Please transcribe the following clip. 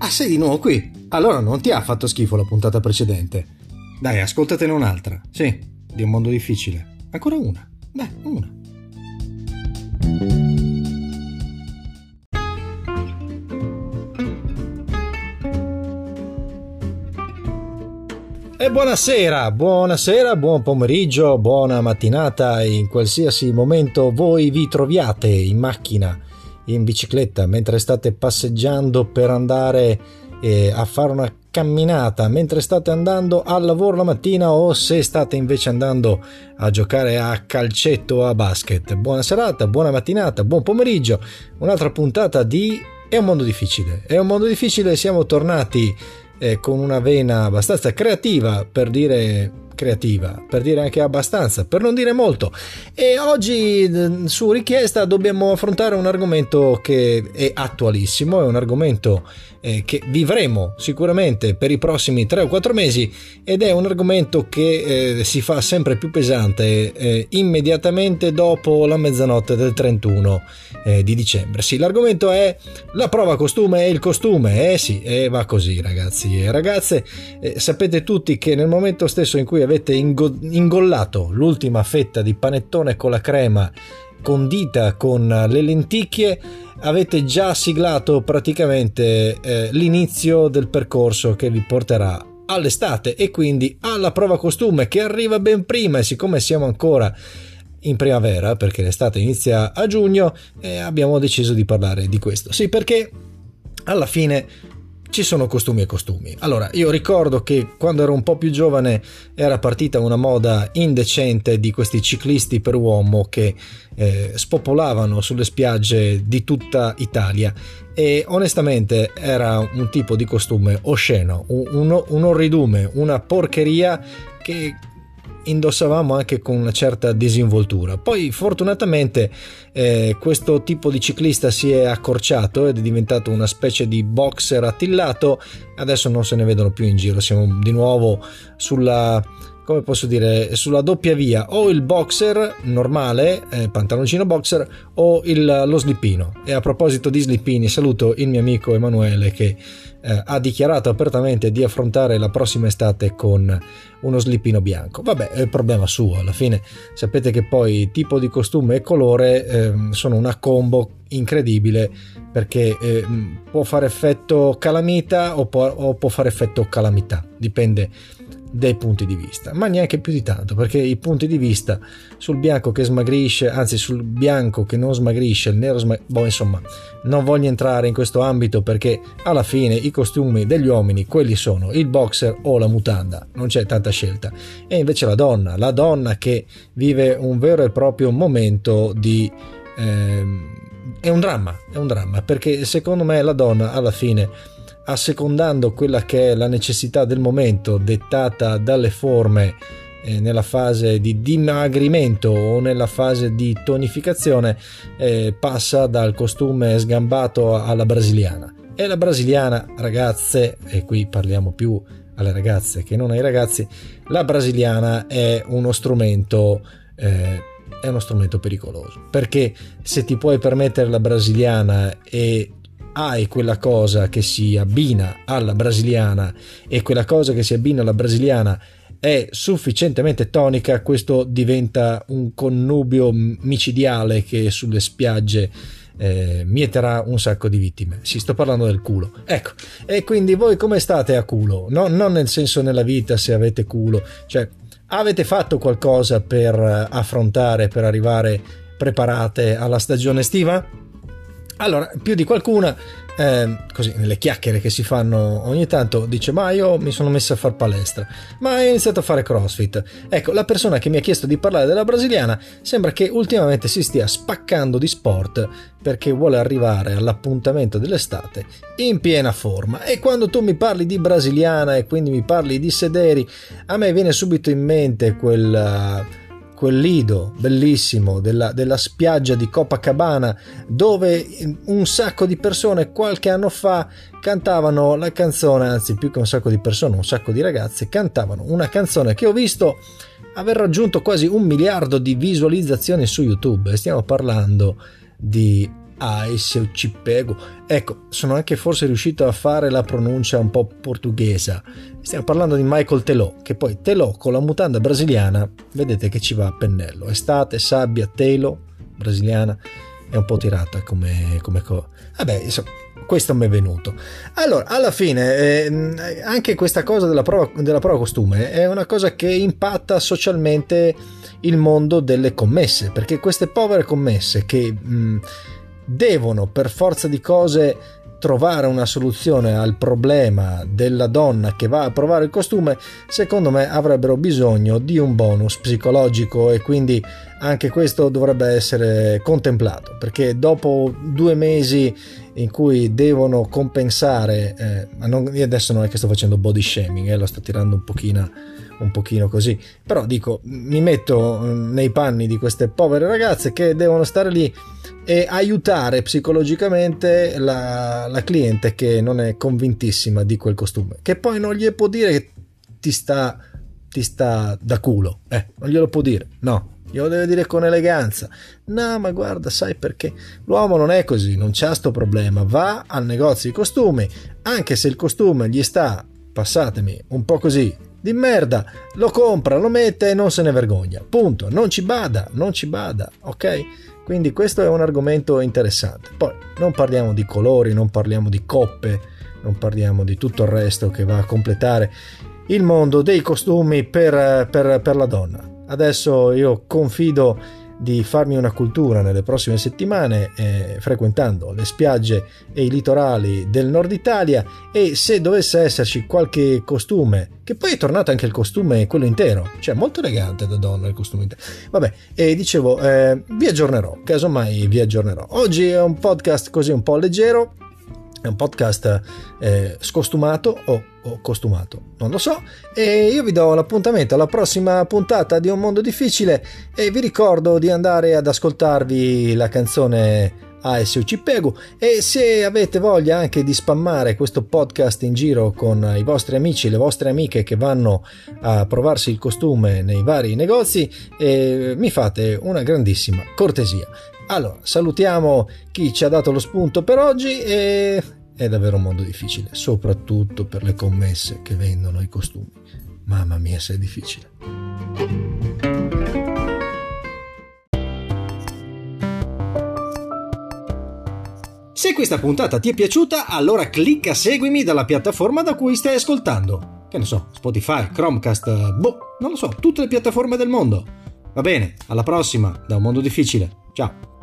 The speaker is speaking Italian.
Ah, sei di nuovo qui? Allora non ti ha fatto schifo la puntata precedente. Dai, ascoltatene un'altra. Sì, di un mondo difficile. Ancora una. Dai, una. E buonasera, buon pomeriggio, buona mattinata, in qualsiasi momento voi vi troviate in macchina, in bicicletta, mentre state passeggiando per andare a fare una camminata, mentre state andando al lavoro la mattina o se state invece andando a giocare a calcetto o a basket. Buona serata, buona mattinata, buon pomeriggio, un'altra puntata di È un mondo difficile. È un mondo difficile, siamo tornati con una vena abbastanza creativa, per dire anche abbastanza, per non dire molto, e oggi su richiesta dobbiamo affrontare un argomento che è attualissimo, è un argomento che vivremo sicuramente per i prossimi 3 o 4 mesi ed è un argomento che si fa sempre più pesante immediatamente dopo la mezzanotte del 31 di dicembre. Sì, l'argomento è la prova costume e il costume. Sì, va così, ragazzi e ragazze. Sapete tutti che nel momento stesso in cui avete ingollato l'ultima fetta di panettone con la crema condita con le lenticchie, avete già siglato praticamente l'inizio del percorso che vi porterà all'estate e quindi alla prova costume, che arriva ben prima. E siccome siamo ancora in primavera, perché l'estate inizia a giugno, abbiamo deciso di parlare di questo. Sì, perché alla fine ci sono costumi e costumi. Allora, io ricordo che quando ero un po' più giovane era partita una moda indecente di questi ciclisti per uomo che spopolavano sulle spiagge di tutta Italia, e onestamente era un tipo di costume osceno, un orridume, una porcheria che indossavamo anche con una certa disinvoltura. Poi fortunatamente questo tipo di ciclista si è accorciato ed è diventato una specie di boxer attillato. Adesso non se ne vedono più in giro, siamo di nuovo sulla, come posso dire, sulla doppia via: o il boxer normale, pantaloncino boxer, o lo slippino. E a proposito di slippini, saluto il mio amico Emanuele che ha dichiarato apertamente di affrontare la prossima estate con uno slippino bianco. Vabbè, è il problema suo, alla fine sapete che poi tipo di costume e colore sono una combo incredibile, perché può fare effetto calamita o può fare effetto calamità, dipende dai punti di vista, ma neanche più di tanto, perché i punti di vista sul bianco che smagrisce, anzi sul bianco che non smagrisce, il nero insomma, non voglio entrare in questo ambito, perché alla fine i costumi degli uomini quelli sono il boxer o la mutanda, non c'è tanta scelta. E invece la donna che vive un vero e proprio momento di è un dramma, perché secondo me la donna alla fine, assecondando quella che è la necessità del momento dettata dalle forme nella fase di dimagrimento o nella fase di tonificazione, passa dal costume sgambato alla brasiliana. E la brasiliana, ragazze, e qui parliamo più alle ragazze che non ai ragazzi, la brasiliana è uno strumento pericoloso, perché se ti puoi permettere la brasiliana e hai quella cosa che si abbina alla brasiliana e quella cosa che si abbina alla brasiliana è sufficientemente tonica, questo diventa un connubio micidiale che sulle spiagge mieterà un sacco di vittime. Sì, sto parlando del culo, ecco. E quindi voi come state a culo? Non nel senso nella vita, se avete culo, cioè avete fatto qualcosa per affrontare, per arrivare preparate alla stagione estiva? Allora, più di qualcuna, così nelle chiacchiere che si fanno ogni tanto, dice: ma io mi sono messa a far palestra, ma ho iniziato a fare CrossFit. Ecco, la persona che mi ha chiesto di parlare della brasiliana sembra che ultimamente si stia spaccando di sport, perché vuole arrivare all'appuntamento dell'estate in piena forma. E quando tu mi parli di brasiliana e quindi mi parli di sederi, a me viene subito in mente quel lido bellissimo della spiaggia di Copacabana, dove un sacco di persone qualche anno fa cantavano la canzone, anzi più che un sacco di persone, un sacco di ragazze cantavano una canzone che ho visto aver raggiunto quasi 1 miliardo di visualizzazioni su YouTube. Stiamo parlando di se ci pego. Ecco, sono anche forse riuscito a fare la pronuncia un po' portoghesa. Stiamo parlando di Michael Telò, che poi Telò con la mutanda brasiliana, vedete che ci va a pennello. Estate, sabbia, telo, brasiliana, è un po' tirata come vabbè, insomma, questo mi è venuto. Allora, alla fine, anche questa cosa della prova costume è una cosa che impatta socialmente il mondo delle commesse, perché queste povere commesse che devono per forza di cose trovare una soluzione al problema della donna che va a provare il costume, secondo me avrebbero bisogno di un bonus psicologico, e quindi anche questo dovrebbe essere contemplato, perché dopo 2 mesi in cui devono compensare, io adesso non è che sto facendo body shaming, lo sto tirando un pochino così, però dico, mi metto nei panni di queste povere ragazze che devono stare lì e aiutare psicologicamente la cliente che non è convintissima di quel costume, che poi non gli può dire che ti sta da culo, non glielo può dire, no, glielo deve dire con eleganza. No, ma guarda, sai perché l'uomo non è così, non c'ha sto problema, va al negozio di costumi, anche se il costume gli sta, passatemi, un po' così di merda, lo compra, lo mette e non se ne vergogna, punto, non ci bada, ok? Quindi questo è un argomento interessante. Poi non parliamo di colori, non parliamo di coppe, non parliamo di tutto il resto che va a completare il mondo dei costumi per la donna. Adesso io confido di farmi una cultura nelle prossime settimane, frequentando le spiagge e i litorali del nord Italia, e se dovesse esserci qualche costume, che poi è tornato anche il costume quello intero, cioè molto elegante da donna il costume intero, vabbè, e dicevo, vi aggiornerò, casomai vi aggiornerò. Oggi è un podcast così un po' leggero, è un podcast scostumato o costumato, non lo so, e io vi do l'appuntamento alla prossima puntata di Un Mondo Difficile, e vi ricordo di andare ad ascoltarvi la canzone se ci pego, e se avete voglia anche di spammare questo podcast in giro con i vostri amici, le vostre amiche che vanno a provarsi il costume nei vari negozi, mi fate una grandissima cortesia. Allora, salutiamo chi ci ha dato lo spunto per oggi, e è davvero un mondo difficile, soprattutto per le commesse che vendono i costumi. Mamma mia, se è difficile. Se questa puntata ti è piaciuta, allora clicca seguimi dalla piattaforma da cui stai ascoltando. Che ne so, Spotify, Chromecast, non lo so, tutte le piattaforme del mondo. Va bene, alla prossima, da Un Mondo Difficile. Ciao.